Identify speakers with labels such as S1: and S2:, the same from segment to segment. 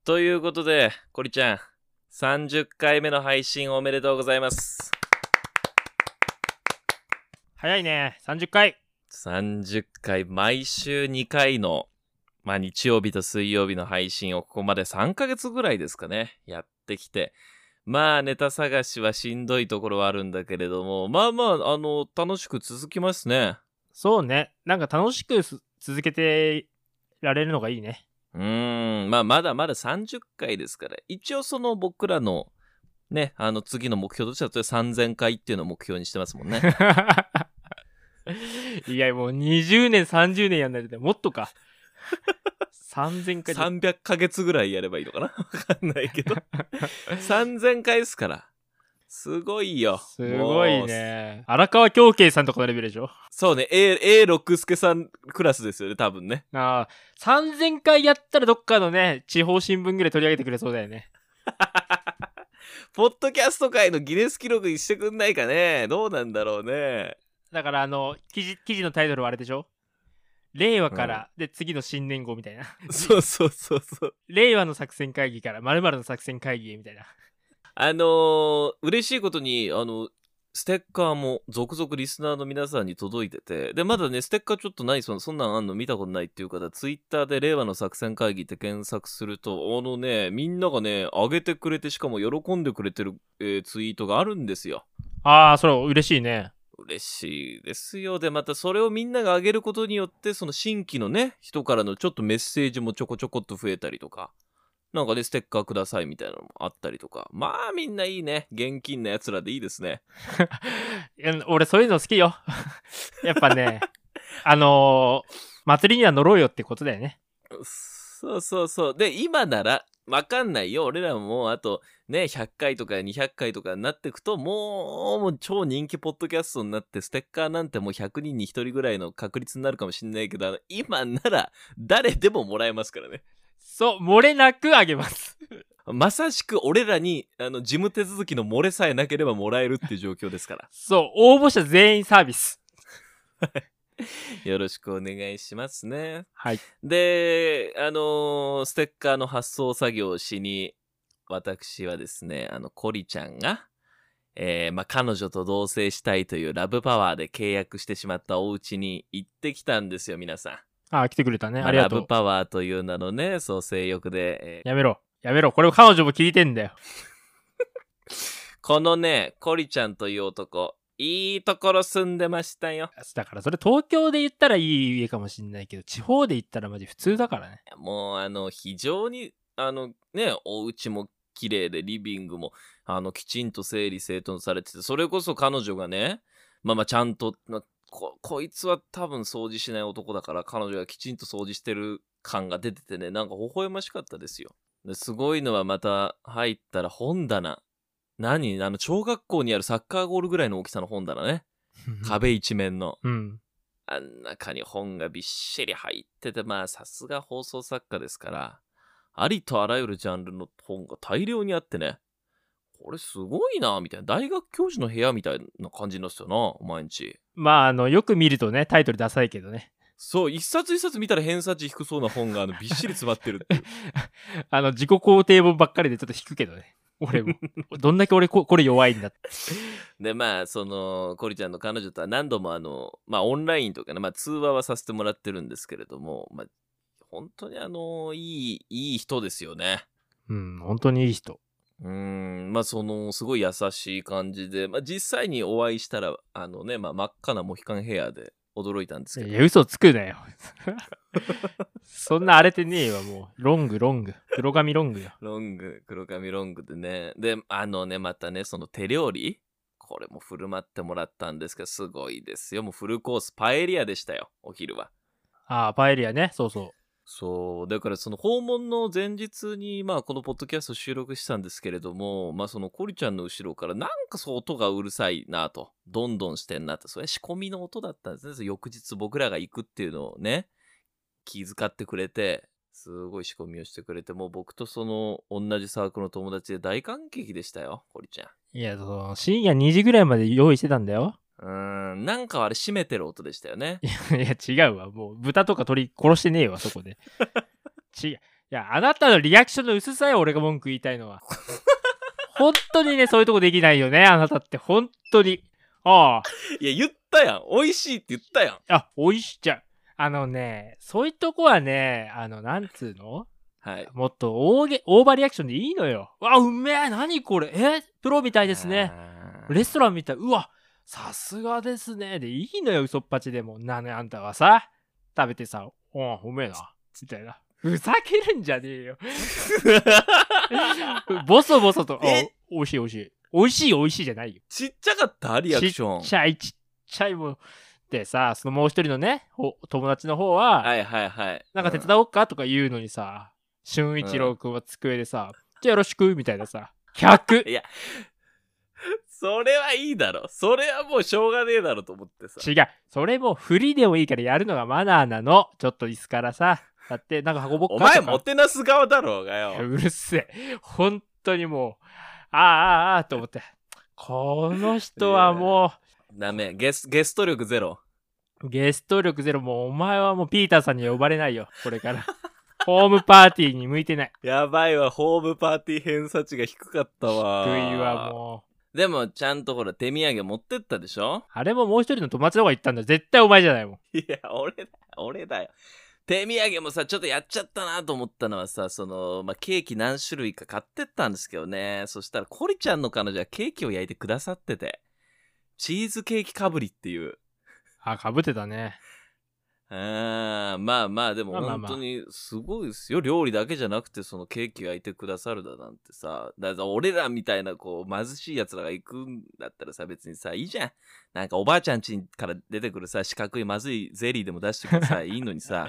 S1: ということで、コリちゃん、30回目の配信おめでとうございます。
S2: 早いね、30回。
S1: 30回、毎週2回の、日曜日と水曜日の配信をここまで3ヶ月ぐらいですかね、やってきて。ネタ探しはしんどいところはあるんだけれども、楽しく続きますね。
S2: そうね、なんか楽しく続けてられるのがいいね。
S1: まだまだ30回ですから、一応その僕らのね、次の目標としては3000回っていうのを目標にしてますもんね。
S2: いや、もう20年、30年やんないともっとか。3000回。
S1: 300ヶ月ぐらいやればいいのかなわかんないけど。3000回ですから。すごいよ。
S2: すごいね。荒川京慶さんとかのレベルでしょ。
S1: そうね、A 六輔さんクラスですよね、多分ね。
S2: ああ、3000回やったらどっかのね、地方新聞ぐらい取り上げてくれそうだよね。
S1: ポッドキャスト界のギネス記録にしてくんないかね。どうなんだろうね。
S2: だから記事のタイトルはあれでしょ。令和から、で次の新年号みたいな。
S1: そうそうそうそう。
S2: 令和の作戦会議から〇〇の作戦会議へみたいな。
S1: 嬉しいことにステッカーも続々リスナーの皆さんに届いてて、でまだねステッカーちょっとない、そんなんあんの見たことないっていう方、ツイッターで令和の作戦会議って検索するとみんながね上げてくれて、しかも喜んでくれてる、ツイートがあるんですよ。
S2: ああ、それ嬉しいね。
S1: 嬉しいですよ。でまたそれをみんなが上げることによって、その新規のね人からのちょっとメッセージもちょこちょこっと増えたりとか、なんかねステッカーくださいみたいなのもあったりとか、みんないいね、現金なやつらでいいですね。
S2: いや、俺そういうの好きよ。やっぱね、祭りには乗ろうよってことだよね。
S1: そうそうそう。で今ならわかんないよ、俺らもあとね100回とか200回とかになっていくと、もう超人気ポッドキャストになって、ステッカーなんてもう100人に1人ぐらいの確率になるかもしれないけど、今なら誰でももらえますからね。
S2: そう、漏れなくあげます。
S1: まさしく俺らに事務手続きの漏れさえなければもらえるっていう状況ですから。
S2: そう、応募者全員サービス。
S1: よろしくお願いしますね。
S2: はい。
S1: で、ステッカーの発送作業をしに、私はですね、コリちゃんが、彼女と同棲したいというラブパワーで契約してしまったお家に行ってきたんですよ、皆さん。
S2: ああ、来てくれたね。ありがとう。
S1: ラブパワーという名のね、そう性欲で、
S2: やめろ。これ彼女も聞いてんだよ。
S1: このね、コリちゃんという男、いいところ住んでましたよ。
S2: だからそれ東京で言ったらいい家かもしんないけど、地方で言ったらマジ普通だからね。
S1: もう非常にお家も綺麗で、リビングもきちんと整理整頓されてて、それこそ彼女がね、ちゃんと、こいつは多分掃除しない男だから、彼女がきちんと掃除してる感が出ててね、なんか微笑ましかったですよ。ですごいのは、また入ったら本棚。小学校にあるサッカーゴールぐらいの大きさの本棚ね。壁一面の。
S2: うん。
S1: あん中に本がびっしり入ってて、さすが放送作家ですから、ありとあらゆるジャンルの本が大量にあってね、これすごいなみたいな、大学教授の部屋みたいな感じになってたよな、毎日。
S2: よく見るとね、タイトルダサいけどね。
S1: そう、一冊一冊見たら偏差値低そうな本がびっしり詰まってるっていう。
S2: 自己肯定本ばっかりでちょっと引くけどね。俺も。どんだけ俺これ弱いんだって。
S1: で、コリちゃんの彼女とは何度もオンラインとかね、通話はさせてもらってるんですけれども、本当にいい人ですよね。
S2: うん、本当にいい人。
S1: すごい優しい感じで、実際にお会いしたら、真っ赤なモヒカンヘアで驚いたんですけど。
S2: いや、嘘つくなよ。そんな荒れてねえわ、もう。ロング。黒髪ロングよ。
S1: 黒髪ロングでね。で、またね、その手料理、これも振る舞ってもらったんですけど、すごいですよ。もうフルコース、パエリアでしたよ、お昼は。
S2: ああ、パエリアね。そうそう。
S1: そう。だからその訪問の前日に、このポッドキャスト収録したんですけれども、そのコリちゃんの後ろからなんかそう音がうるさいなと、どんどんしてんなって、それ仕込みの音だったんですね。翌日僕らが行くっていうのをね、気遣ってくれて、すごい仕込みをしてくれて、もう僕とその同じサークルの友達で大感激でしたよ、コリちゃん。
S2: いや、深夜2時ぐらいまで用意してたんだよ。
S1: なんかあれ閉めてる音でしたよね。
S2: いや違うわ。もう豚とか鳥殺してねえわ、そこで。いや、あなたのリアクションの薄さよ、俺が文句言いたいのは。本当にね、そういうとこできないよね、あなたって。本当に。ああ。
S1: いや、言ったやん。美味しいって言ったやん。
S2: 美味しいじゃん。そういうとこはね、なんつうの？
S1: はい。
S2: もっとオーバーリアクションでいいのよ。わ、うめえ、何これ。プロみたいですね。レストランみたい。うわ、さすがですね。でいいのよ、嘘っぱちでも。あんたはさ、食べてさ、うめえな。みたいな。ふざけるんじゃねえよ。ボソボソと、美味しい美味しい。美味しい美味しいじゃないよ。
S1: ちっちゃかったリアクション。
S2: ちっちゃいもん。でさ、そのもう一人のね、友達の方は、
S1: はいはいはい。
S2: なんか手伝おうかとか言うのにさ、俊一郎くんは机でさ、じゃあよろしくみたいなさ、100。
S1: いや、それはいいだろ。それはもうしょうがねえだろと思ってさ。
S2: 違う。それも振りでもいいからやるのがマナーなの。ちょっと椅子からさ、だってなんか運ぼっかとか。
S1: お前もてなす側だろうがよ。
S2: うるせえ。本当にもう、ああと思って。この人はも
S1: う。ダメ。ゲスト力ゼロ。
S2: ゲスト力ゼロ。もうお前はもうピーターさんに呼ばれないよ。これから。ホームパーティーに向いてない。
S1: やばいわ。ホームパーティー偏差値が低かったわ。
S2: 低いわ、も
S1: う。でも、ちゃんとほら、手土産持ってったでしょ？
S2: あれももう一人の友達の方が言ったんだ。絶対お前じゃないもん。
S1: いや、俺だよ。手土産もさ、ちょっとやっちゃったなと思ったのはさ、ケーキ何種類か買ってったんですけどね。そしたら、コリちゃんの彼女はケーキを焼いてくださってて、チーズケーキかぶりっていう。
S2: かぶってたね。
S1: まあでも本当にすごいですよ。料理だけじゃなくてそのケーキ焼いてくださるだなんてさ。だから俺らみたいなこう貧しい奴らが行くんだったらさ別にさいいじゃん。なんかおばあちゃん家から出てくるさ四角いまずいゼリーでも出してくれさいいのにさ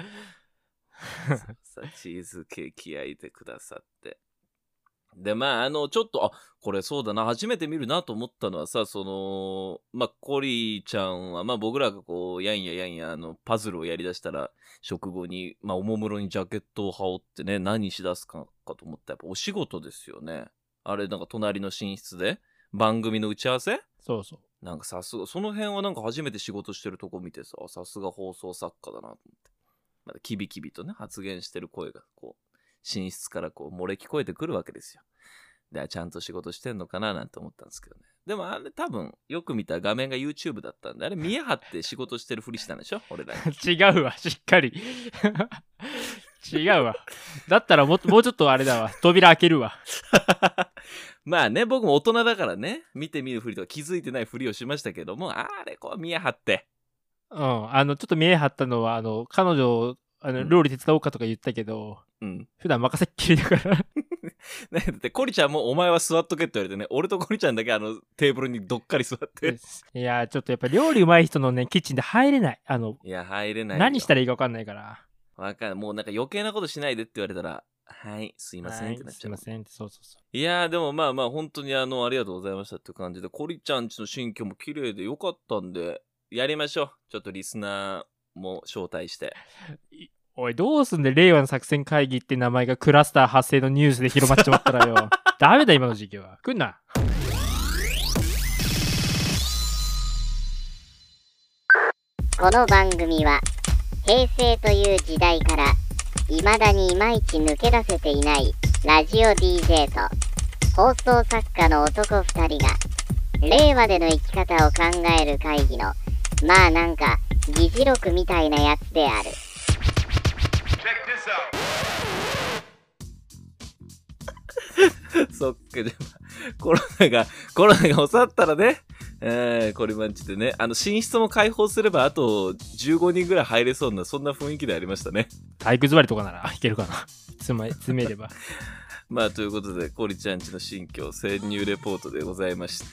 S1: チーズケーキ焼いてくださって。で、ちょっと、これそうだな、初めて見るなと思ったのはさ、コリーちゃんは、僕らがこう、やんや、パズルをやりだしたら、食後に、おもむろにジャケットを羽織ってね、何しだすかと思ったら、やっぱお仕事ですよね。あれ、なんか隣の寝室で、番組の打ち合わせ？
S2: そうそう。
S1: なんかさすが、その辺はなんか初めて仕事してるとこ見てさ、さすが放送作家だなと思って。まだキビキビとね、発言してる声が、こう、寝室からこう漏れ聞こえてくるわけですよ。で、ちゃんと仕事してんのかななんて思ったんですけどね。でもあれ多分よく見た画面が YouTube だったんで、あれ見え張って仕事してるふりしたんでしょ俺らに。
S2: 違うわ、しっかり。違うわ。だったらもうちょっとあれだわ。扉開けるわ。
S1: まあね、僕も大人だからね、見てみるふりとか気づいてないふりをしましたけども、あれこう見え張って。
S2: ちょっと見え張ったのは、彼女、料理手伝おうかとか言ったけど、普段任せっきりだから
S1: ね、だってコリちゃんもお前は座っとけって言われてね、俺とコリちゃんだけテーブルにどっかり座って
S2: いやちょっとやっぱ料理うまい人のねキッチンで入れない。
S1: いや入れないよ。
S2: 何したらいいか分かんないから。
S1: 分かんない。もうなんか余計なことしないでって言われたら、はいすいませんってなっちゃう。
S2: すいませんって。そう
S1: いやでも本当にありがとうございましたって感じで、コリちゃんちの新居も綺麗でよかったんでやりましょう。ちょっとリスナーも招待して
S2: おい、どうすんで令和の作戦会議って名前がクラスター発生のニュースで広まっちまったらよ。ダメだ、今の時期は。来んな。
S3: この番組は、平成という時代から、未だにいまいち抜け出せていないラジオ DJ と、放送作家の男2人が、令和での生き方を考える会議の、なんか、議事録みたいなやつである。
S1: そっか、じゃコロナが収まったらね、コリマンチでね、寝室も開放すればあと15人ぐらい入れそうな、そんな雰囲気でありましたね。
S2: 体育座りとかならいけるかな。詰めれば。
S1: ということで、コリちゃんちの新居潜入レポートでございました。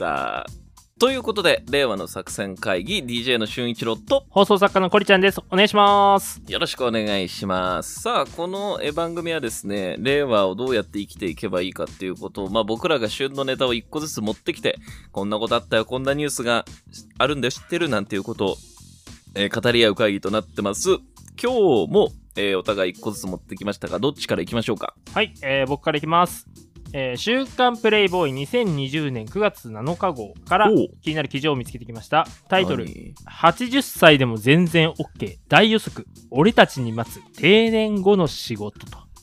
S1: ということで、令和の作戦会議 DJ の俊一郎と
S2: 放送作家のコリちゃんです。お願いします。
S1: よろしくお願いします。さあ、この番組はですね、令和をどうやって生きていけばいいかっていうことを、僕らが旬のネタを一個ずつ持ってきて、こんなことあったよ、こんなニュースがあるんで知ってるなんていうことを、語り合う会議となってます。今日も、お互い一個ずつ持ってきましたが、どっちからいきましょうか。
S2: はい、僕からいきます。週刊プレイボーイ2020年9月7日号から気になる記事を見つけてきました。タイトル、80歳でも全然 OK 大予測俺たちに待つ定年後の仕事と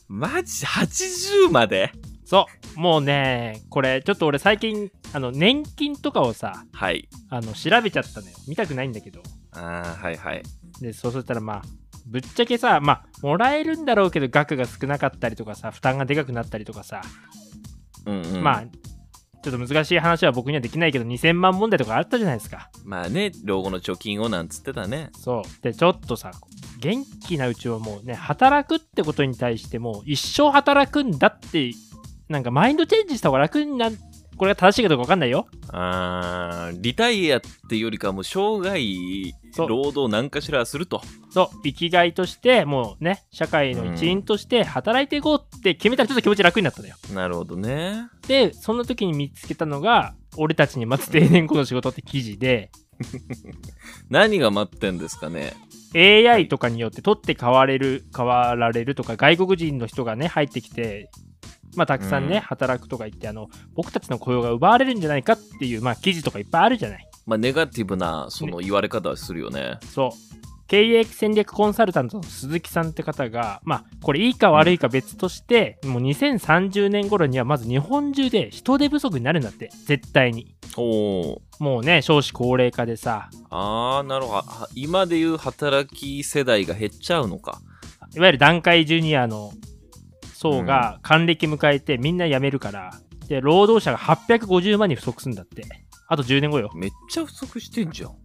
S1: マジ80まで？
S2: そうもうねこれちょっと俺最近年金とかをさ
S1: はい。
S2: 調べちゃったのよ。見たくないんだけど。
S1: はいはい。
S2: でそうしたらまあぶっちゃけさもらえるんだろうけど額が少なかったりとかさ負担がでかくなったりとかさ、まあちょっと難しい話は僕にはできないけど2000万問題とかあったじゃないですか。
S1: まあね、老後の貯金をなんつってたね。
S2: そうでちょっとさ元気なうちはもうね働くってことに対しても一生働くんだってなんかマインドチェンジした方が楽になる。これが正しいかどうか分かんないよ。
S1: リタイアっていうよりかもう生涯労働何かしらすると。
S2: そう生きがいとしてもうね社会の一員として働いていこうって決めたらちょっと気持ち楽になったのよ。
S1: なるほどね。
S2: でその時に見つけたのが俺たちに待つ定年後の仕事って記事で
S1: 何が待ってんですかね。
S2: AI とかによって取って代わられるとか外国人の人がね入ってきてたくさんね、働くとか言って僕たちの雇用が奪われるんじゃないかっていう記事とかいっぱいあるじゃない。
S1: ネガティブなその言われ方はするよね。
S2: そう経営戦略コンサルタントの鈴木さんって方がこれいいか悪いか別として、もう2030年頃にはまず日本中で人手不足になるんだって。絶対に。もうね少子高齢化でさ。
S1: なるほど。今でいう働き世代が減っちゃうのか。
S2: いわゆる団塊ジュニアの層が還暦迎えてみんな辞めるから、で労働者が850万人不足するんだって。あと10年後よ。
S1: めっちゃ不足してんじゃん。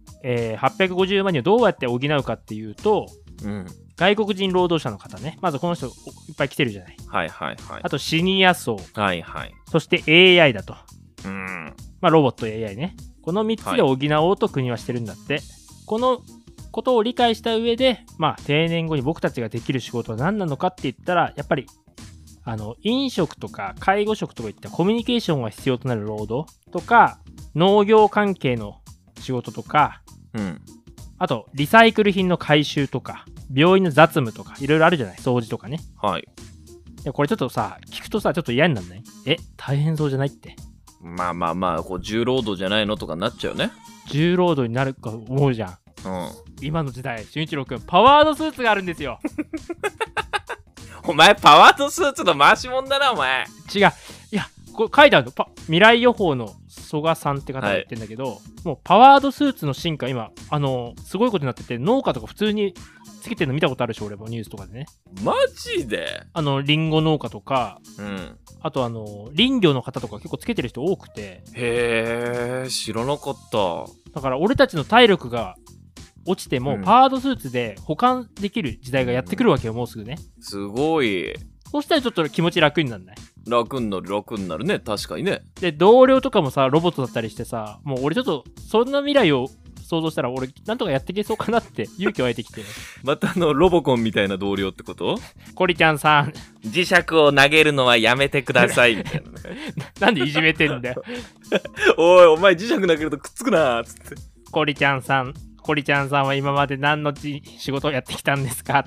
S2: 850万人をどうやって補うかっていうと、外国人労働者の方ね。まずこの人いっぱい来てるじゃない。あとシニア層。そして AI だと。ロボット AI ね。この3つで補おうと国はしてるんだって。このことを理解した上で、定年後に僕たちができる仕事は何なのかって言ったら、やっぱり飲食とか介護職とかいったコミュニケーションが必要となる労働とか、農業関係の仕事とか、あとリサイクル品の回収とか、病院の雑務とかいろいろあるじゃない。掃除とかね。でこれちょっとさ聞くとさちょっと嫌になんない？大変そうじゃないって。
S1: こう重労働じゃないのとかなっちゃうね。
S2: 重労働になるか思うじゃん。今の時代俊一郎くんパワードスーツがあるんですよ。
S1: お前パワードスーツの回しもんだなお前。
S2: 違う。いやこれ書いてあるの。未来予報の曽我さんって方が言ってんだけど、もうパワードスーツの進化今すごいことになってて、農家とか普通につけてるの見たことあるし、俺もニュースとかでね。
S1: マジで？
S2: リンゴ農家とか、あと林業の方とか結構つけてる人多くて。
S1: へえ、知らなかった。
S2: だから俺たちの体力が落ちても、パワードスーツで保管できる時代がやってくるわけよ、もうすぐね。
S1: すごい。
S2: そしたらちょっと気持ち楽になるない？
S1: 楽になるね。確かにね。
S2: で同僚とかもさロボットだったりしてさ、もう俺ちょっとそんな未来を想像したら俺なんとかやっていけそうかなって勇気湧いてきて。
S1: またロボコンみたいな同僚ってこと？
S2: コリちゃんさん
S1: 磁石を投げるのはやめてくださいみたいなね。
S2: なんでいじめてんだよ。
S1: おいお前磁石投げるとくっつくなーっつって。
S2: コリちゃんさんは今まで何の仕事をやってきたんですか？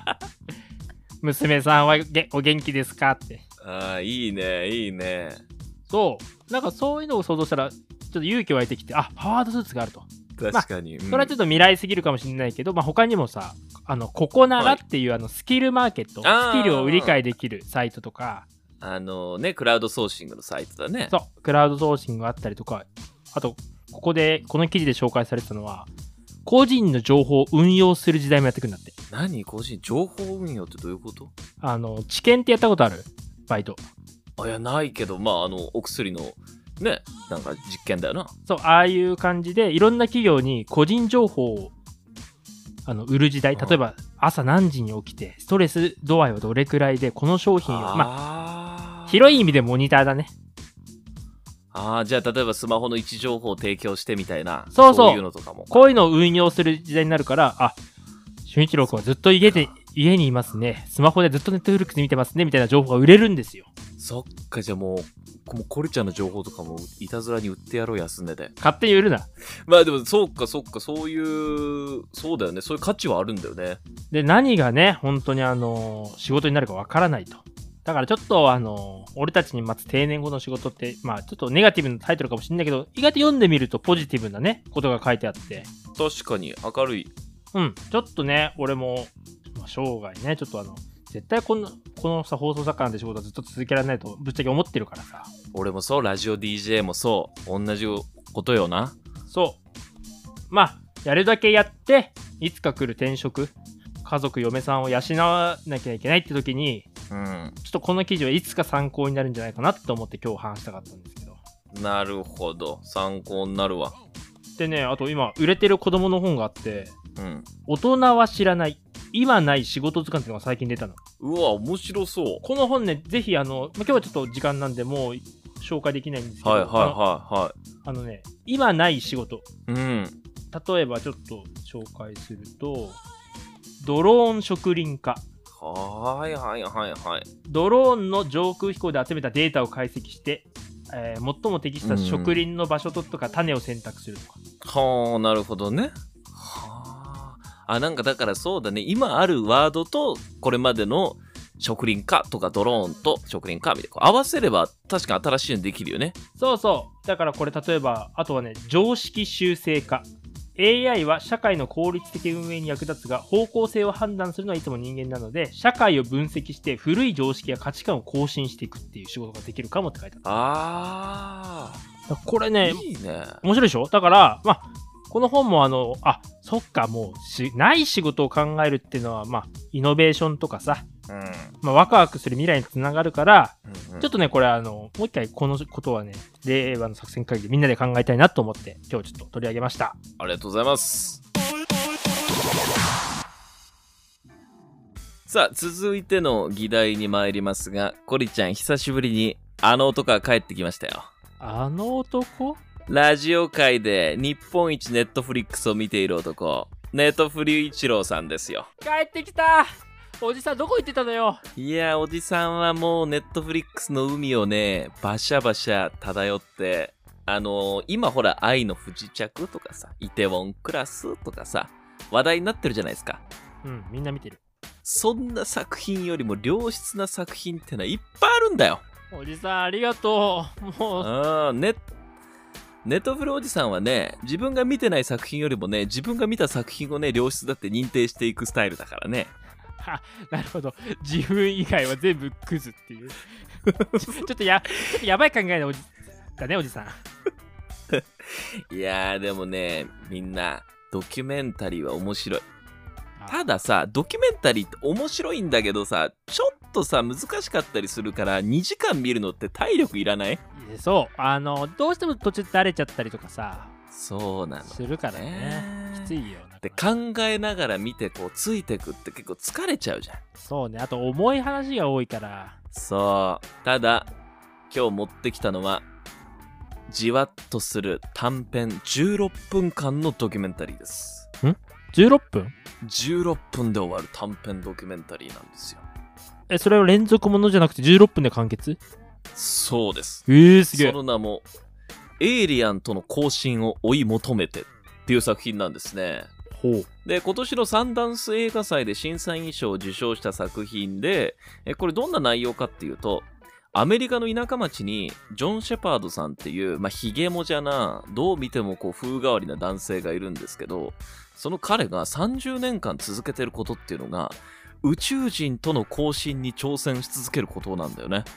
S2: 娘さんはお元気ですかって。
S1: いいね。
S2: そうなんかそういうのを想像したらちょっと勇気湧いてきて、パワードスーツがあると。
S1: 確かに、
S2: それはちょっと未来すぎるかもしれないけど、他にもさここならっていうスキルマーケット、スキルを売り買いできるサイトとか、
S1: クラウドソーシングのサイトだね。
S2: そうクラウドソーシングがあったりとか、あとこの記事で紹介されてたのは個人の情報を運用する時代もやってくるんだって。
S1: 何？個人情報運用ってどういうこと？
S2: 治験ってやったことある？バイト。
S1: いやないけど、お薬のねなんか実験だよな。
S2: そうああいう感じでいろんな企業に個人情報を売る時代。例えば朝何時に起きてストレス度合いはどれくらいでこの商品を広い意味でモニターだね。
S1: じゃあ例えばスマホの位置情報を提供してみたいな。
S2: そう
S1: いうのとかも。
S2: こういうのを運用する時代になるから、俊一郎君はずっと家にいますね、スマホでずっとネットフリックス見てますねみたいな情報が売れるんですよ。
S1: そっか、じゃあもうコリちゃんの情報とかもいたずらに売ってやろう、休んでて。
S2: 勝手に売るな。
S1: でもそうかそうだよね。そういう価値はあるんだよね。
S2: で何がね本当に仕事になるかわからないと。だからちょっと俺たちに待つ定年後の仕事ってちょっとネガティブなタイトルかもしれないけど、意外と読んでみるとポジティブなねことが書いてあって、
S1: 確かに明るい。
S2: ちょっとね俺も、生涯ねちょっと絶対このさ、放送作家なんて仕事はずっと続けられないとぶっちゃけ思ってるからさ。
S1: 俺もそう、ラジオ DJ もそう、同じことよな。
S2: そうまあやるだけやって、いつか来る転職、家族嫁さんを養わなきゃいけないって時に、ちょっとこの記事はいつか参考になるんじゃないかなと思って今日話したかったんですけど。
S1: なるほど、参考になるわ。
S2: でね、あと今売れてる子供の本があって、大人は知らない今ない仕事図鑑っていうのが最近出たの。
S1: うわ、面白そう。
S2: この本ね、ぜひ今日はちょっと時間なんでもう紹介できないんですけど、今ない仕事、例えばちょっと紹介すると、ドローン植林家。ドローンの上空飛行で集めたデータを解析して、最も適した植林の場所とか種を選択するとか。
S1: はあ、なるほどね。なんかだからそうだね、今あるワードとこれまでの植林家とかドローンと植林家みたいな合わせれば確か新しいのできるよね。
S2: そうそう。だからこれ例えば、あとはね、常識修正化。AI は社会の効率的運営に役立つが、方向性を判断するのはいつも人間なので、社会を分析して古い常識や価値観を更新していくっていう仕事ができるかもって書いてある。これね、いいね。面白いでしょ。だからこの本もそっか、もうない仕事を考えるっていうのはイノベーションとかさ、ワクワクする未来につながるから、ちょっとねこれもう一回このことはね、令和の作戦会議でみんなで考えたいなと思って今日ちょっと取り上げました。
S1: ありがとうございます。さあ続いての議題に参りますが、コリちゃん久しぶりにあの男が帰ってきましたよ。
S2: あの男？
S1: ラジオ界で日本一ネットフリックスを見ている男、ネトフリ一郎さんですよ。
S2: 帰ってきた。おじさんどこ行ってたのよ。
S1: いや、おじさんはもうネットフリックスの海をね、バシャバシャ漂って、今ほら愛の不時着とかさ、イテウォンクラスとかさ、話題になってるじゃないですか。
S2: みんな見てる。
S1: そんな作品よりも良質な作品ってのはいっぱいあるんだよ。
S2: おじさんありがとう。もう
S1: ネトフリおじさんはね、自分が見てない作品よりもね、自分が見た作品をね、良質だって認定していくスタイルだからね。
S2: なるほど。自分以外は全部クズっていうちょっとやばい考えだね、おじさ
S1: ん。いやーでもね、みんなドキュメンタリーは面白い。たださ、ドキュメンタリーって面白いんだけどさ、ちょっとさ難しかったりするから2時間見るのって体力いらない？
S2: そう、どうしても途中でだれちゃったりとかさ、
S1: そうなの
S2: するからね。きついよ。
S1: で考えながら見てこうついてくって結構疲れちゃうじゃん。
S2: そうね。あと重い話が多いから。
S1: そう。ただ今日持ってきたのはじわっとする短編16分間のドキュメンタリーです。
S2: 16分
S1: ?16 分で終わる短編ドキュメンタリーなんですよ。
S2: それは連続ものじゃなくて16分で完結？
S1: そうです。
S2: すげえ。
S1: その名もエイリアンとの交信を追い求めてっていう作品なんですね。で今年のサンダンス映画祭で審査員賞を受賞した作品で、これどんな内容かっていうと、アメリカの田舎町にジョン・シェパードさんっていうヒゲもじゃな、どう見てもこう風変わりな男性がいるんですけど、その彼が30年間続けてることっていうのが宇宙人との交信に挑戦し続けることなんだよね。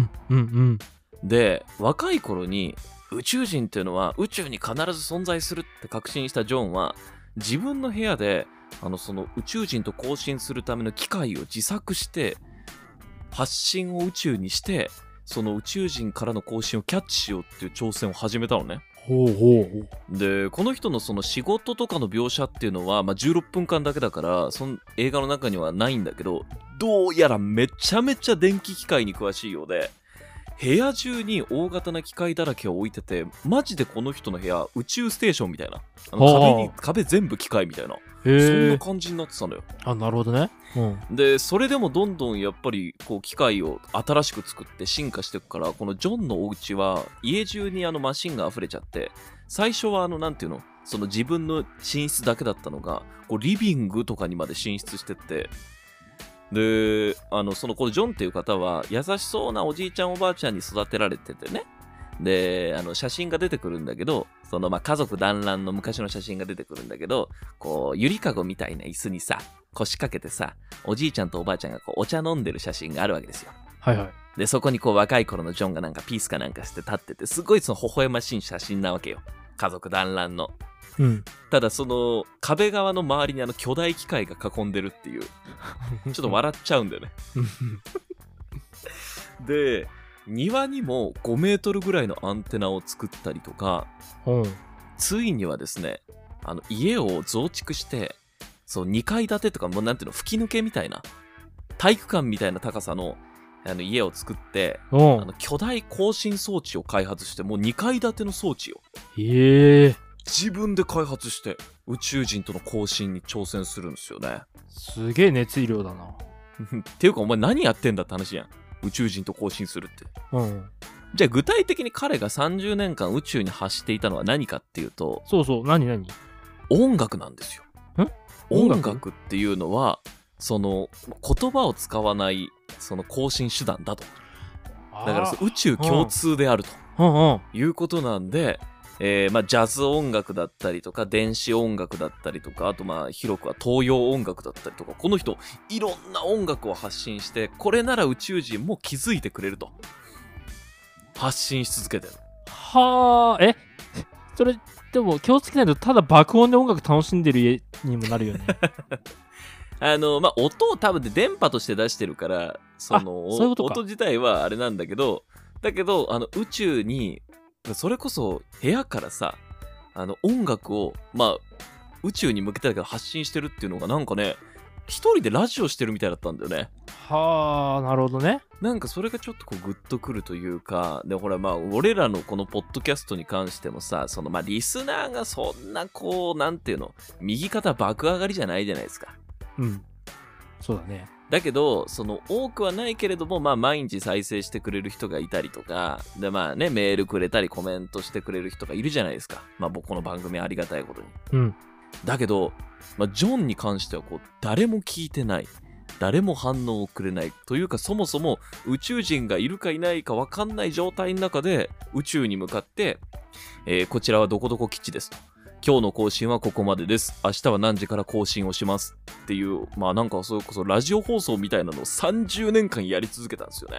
S1: で若い頃に宇宙人っていうのは宇宙に必ず存在するって確信したジョンは、自分の部屋でその宇宙人と交信するための機械を自作して発信を宇宙にして、その宇宙人からの交信をキャッチしようっていう挑戦を始めたのね。でこの人のその仕事とかの描写っていうのは、16分間だけだからその映画の中にはないんだけど、どうやらめちゃめちゃ電気機械に詳しいようで、部屋中に大型な機械だらけを置いてて、マジでこの人の部屋宇宙ステーションみたいな、壁全部機械みたいな、そんな感じになってたのよ。
S2: なるほどね。
S1: でそれでもどんどんやっぱりこう機械を新しく作って進化していくから、このジョンのお家は家中にマシンが溢れちゃって、最初はなんていうの、その自分の寝室だけだったのがこうリビングとかにまで進出してって、でこのジョンっていう方は優しそうなおじいちゃんおばあちゃんに育てられててね。で写真が出てくるんだけど、家族団らんの昔の写真が出てくるんだけど、こうゆりかごみたいな椅子にさ、 腰掛けてさ、おじいちゃんとおばあちゃんがこうお茶飲んでる写真があるわけですよ。
S2: はいはい。
S1: で、そこにこう若い頃のジョンがなんかピースかなんかして立ってて、すごいその微笑ましい写真なわけよ。家族団らんの。
S2: うん。
S1: ただその壁側の周りに巨大機械が囲んでるっていう、ちょっと笑っちゃうんだよね。で、庭にも5メートルぐらいのアンテナを作ったりとか、
S2: うん。
S1: ついにはですね、家を増築して、そう、2階建てとか、もうなんていうの、吹き抜けみたいな、体育館みたいな高さの、家を作って、巨大更新装置を開発して、もう2階建ての装置を。自分で開発して、宇宙人との交信に挑戦するんですよね。
S2: すげえ熱意量だな。
S1: っていうか、お前何やってんだって話やん。宇宙人と交信するって。
S2: うん。
S1: じゃあ具体的に彼が30年間宇宙に発していたのは何かっていうと、
S2: そうそう、何
S1: 音楽なんですよ。
S2: 音
S1: 楽っていうのは、その言葉を使わないその交信手段だと。だから宇宙共通であるということなんで、ジャズ音楽だったりとか電子音楽だったりとか、あと広くは東洋音楽だったりとか、この人いろんな音楽を発信して、これなら宇宙人も気づいてくれると発信し続けてる。
S2: はあ、それでも気をつけないとただ爆音で音楽楽しんでる家にもなるよね。
S1: 音を多分で電波として出してるから、そういうことか。音自体はあれなんだけど、宇宙にそれこそ部屋からさ、音楽を宇宙に向けてだけど発信してるっていうのがなんかね、一人でラジオしてるみたいだったんだよね。
S2: はあ、なるほどね。
S1: なんかそれがちょっとこうグッとくるというか、でほら俺らのこのポッドキャストに関してもさ、リスナーがそんなこうなんていうの、右肩爆上がりじゃないじゃないですか。
S2: うん。そうだね。
S1: だけど多くはないけれども、毎日再生してくれる人がいたりとかで、メールくれたりコメントしてくれる人がいるじゃないですか。僕この番組ありがたいことに。
S2: うん。
S1: だけど、ジョンに関してはこう誰も聞いてない、誰も反応をくれないというか、そもそも宇宙人がいるかいないか分かんない状態の中で宇宙に向かって、こちらはどこどこ基地ですと、今日の更新はここまでです、明日は何時から更新をしますっていう、なんかそれこそラジオ放送みたいなのを30年間やり続けたんですよ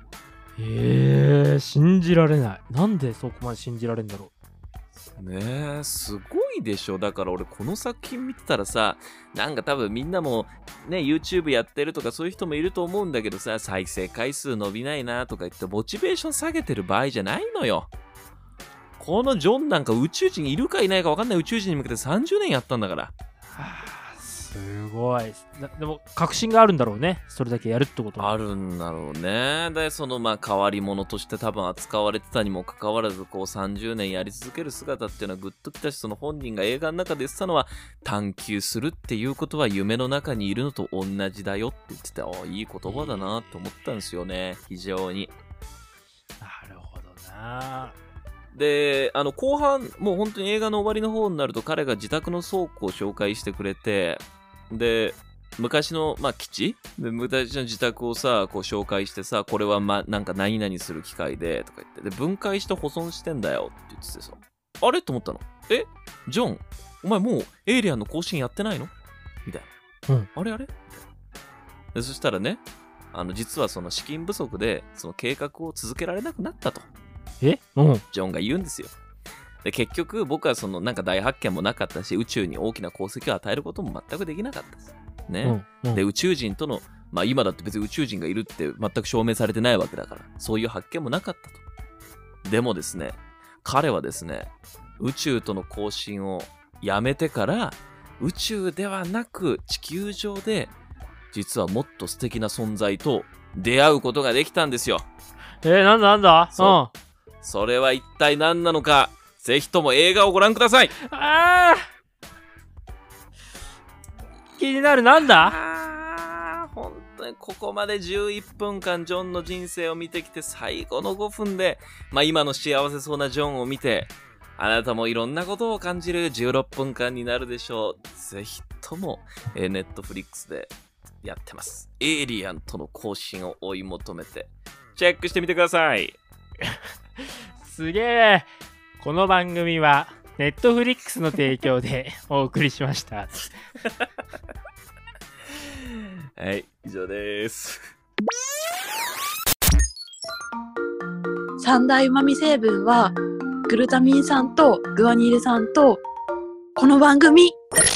S1: ね。
S2: 信じられない。なんでそこまで信じられるんだろう
S1: ねえ、すごいでしょ。だから俺この作品見てたらさ、なんか多分みんなもね YouTube やってるとかそういう人もいると思うんだけどさ、再生回数伸びないなとか言ってモチベーション下げてる場合じゃないのよ。このジョンなんか宇宙人いるかいないか分かんない宇宙人に向けて30年やったんだから。
S2: すごい。でも確信があるんだろうね、それだけやるってことは。
S1: あるんだろうね。で変わり者として多分扱われてたにもかかわらず、こう30年やり続ける姿っていうのはグッときたし、その本人が映画の中で言ってたのは、探求するっていうことは夢の中にいるのと同じだよって言ってて、いい言葉だなと思ったんですよね、非常に。
S2: なるほどな。
S1: で後半もう本当に映画の終わりの方になると、彼が自宅の倉庫を紹介してくれて、で昔の基地で昔の自宅をさこう紹介してさ、これはなんか何々する機械でとか言って、で分解して保存してんだよって言っててさ、あれと思ったの。ジョンお前もうエイリアンの更新やってないのみたいな、あれみたいな。でそしたらね、実はその資金不足でその計画を続けられなくなったとジョンが言うんですよ。で結局僕はなんか大発見もなかったし、宇宙に大きな功績を与えることも全くできなかったですね。で宇宙人との今だって別に宇宙人がいるって全く証明されてないわけだから、そういう発見もなかったと。でもですね、彼はですね、宇宙との交信をやめてから宇宙ではなく地球上で実はもっと素敵な存在と出会うことができたんですよ。
S2: なんだ
S1: それは一体何なのか、ぜひとも映画をご覧ください。
S2: 気になる。なんだ
S1: 本当にここまで11分間ジョンの人生を見てきて、最後の5分で、今の幸せそうなジョンを見て、あなたもいろんなことを感じる16分間になるでしょう。ぜひとも、Netflix でやってます。エイリアンとの交信を追い求めて、チェックしてみてください。
S2: すげえ。この番組はNetflixの提供でお送りしました。
S1: はい、以上です。
S4: 三大旨味成分はグルタミン酸とグアニル酸とこの番組。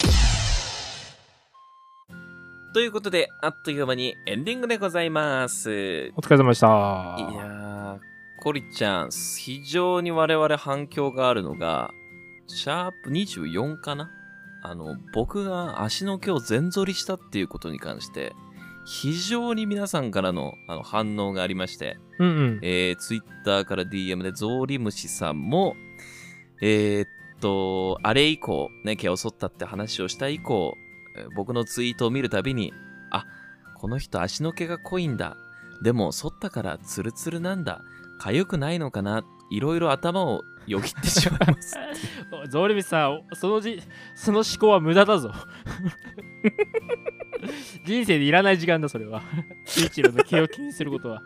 S1: ということで、あっという間にエンディングでございます。
S2: お疲れ様でした。
S1: いやー、コリちゃん、非常に我々反響があるのが、シャープ24かな？僕が足の毛を全剃りしたっていうことに関して、非常に皆さんからの反応がありまして、
S2: うんうん。
S1: ツイッターから DM でゾウリムシさんも、あれ以降、ね、毛を剃ったって話をした以降、僕のツイートを見るたびに、あ、この人足の毛が濃いんだ。でも剃ったからツルツルなんだ。痒くないのかな。いろいろ頭をよぎってしまいます。
S2: ゾウリムシさん、その思考は無駄だぞ。人生でいらない時間だ、それは。チイチロの毛を気にすることは。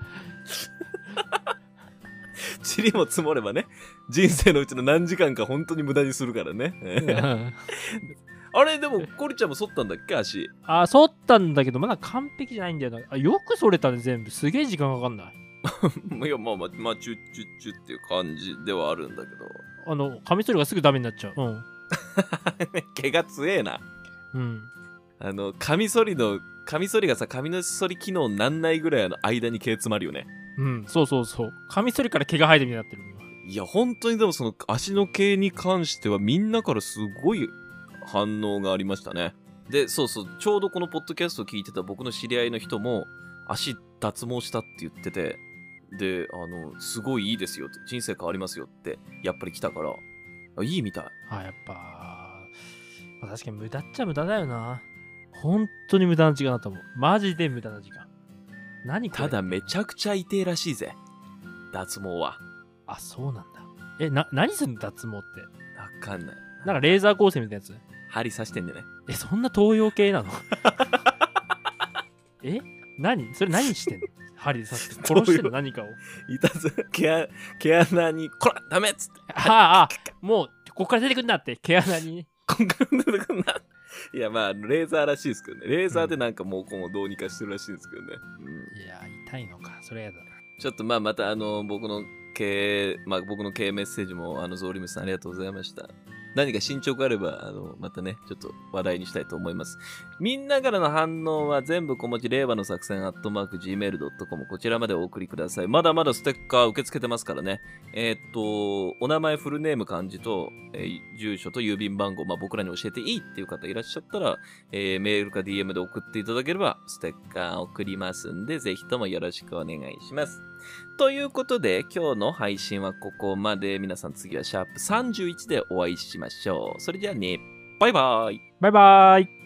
S1: 塵も積もればね、人生のうちの何時間か本当に無駄にするからね。あれ、でも、コリちゃんも剃ったんだっけ、足。
S2: あ、剃ったんだけど、まだ完璧じゃないんだよな。あ、よく剃れたね、全部。すげえ時間かかんない。
S1: いや、まあ、チュッチュッチュッっていう感じではあるんだけど。
S2: カミソリがすぐダメになっちゃう。うん。
S1: 毛が強えな。
S2: うん。
S1: カミソリがさ、カミソリ機能なんないぐらいの間に毛詰まるよね。
S2: うん、そうそうそう。カミソリから毛が生えてみたいになってる。
S1: いや、本当にでもその足の毛に関してはみんなからすごい反応がありましたね。で、そうそう、ちょうどこのポッドキャストを聞いてた僕の知り合いの人も足脱毛したって言ってて、で、すごいいいですよって、人生変わりますよって、やっぱり来たから、いいみたい。
S2: あ、やっぱ、まあ、確かに無駄っちゃ無駄だよな。本当に無駄な時間だと思う。マジで無駄な時間。何これ。
S1: ただめちゃくちゃ痛えらしいぜ、脱毛は。
S2: あ、そうなんだ。何すんの脱毛って。
S1: わかんない。
S2: なんかレーザー光線みたいなやつ。
S1: 針刺してんだよね。
S2: そんな東洋系なの？それ何してんの？針で刺して殺してんの何かを。
S1: いたずら毛穴にこらダメっつって。
S2: もうここから出てくんなって毛穴に。
S1: ここから出てくんな。いやまあレーザーらしいですけどね。レーザーでなんかもう今後どうにかしてるらしいんですけどね。
S2: いや痛いのか、それやだな。
S1: ちょっとまた僕の経メッセージもゾウリムシさんありがとうございました。何か進捗あればまたねちょっと話題にしたいと思います。みんなからの反応は全部小文字令和の作戦@gmail.com こちらまでお送りください。まだまだステッカー受け付けてますからね。お名前フルネーム漢字と、住所と郵便番号、僕らに教えていいっていう方いらっしゃったら、メールか DM で送っていただければステッカー送りますんでぜひともよろしくお願いします。ということで今日の配信はここまで。皆さん次はシャープ31でお会いしましょう。それじゃあね、バイバイ。
S2: バイバイ。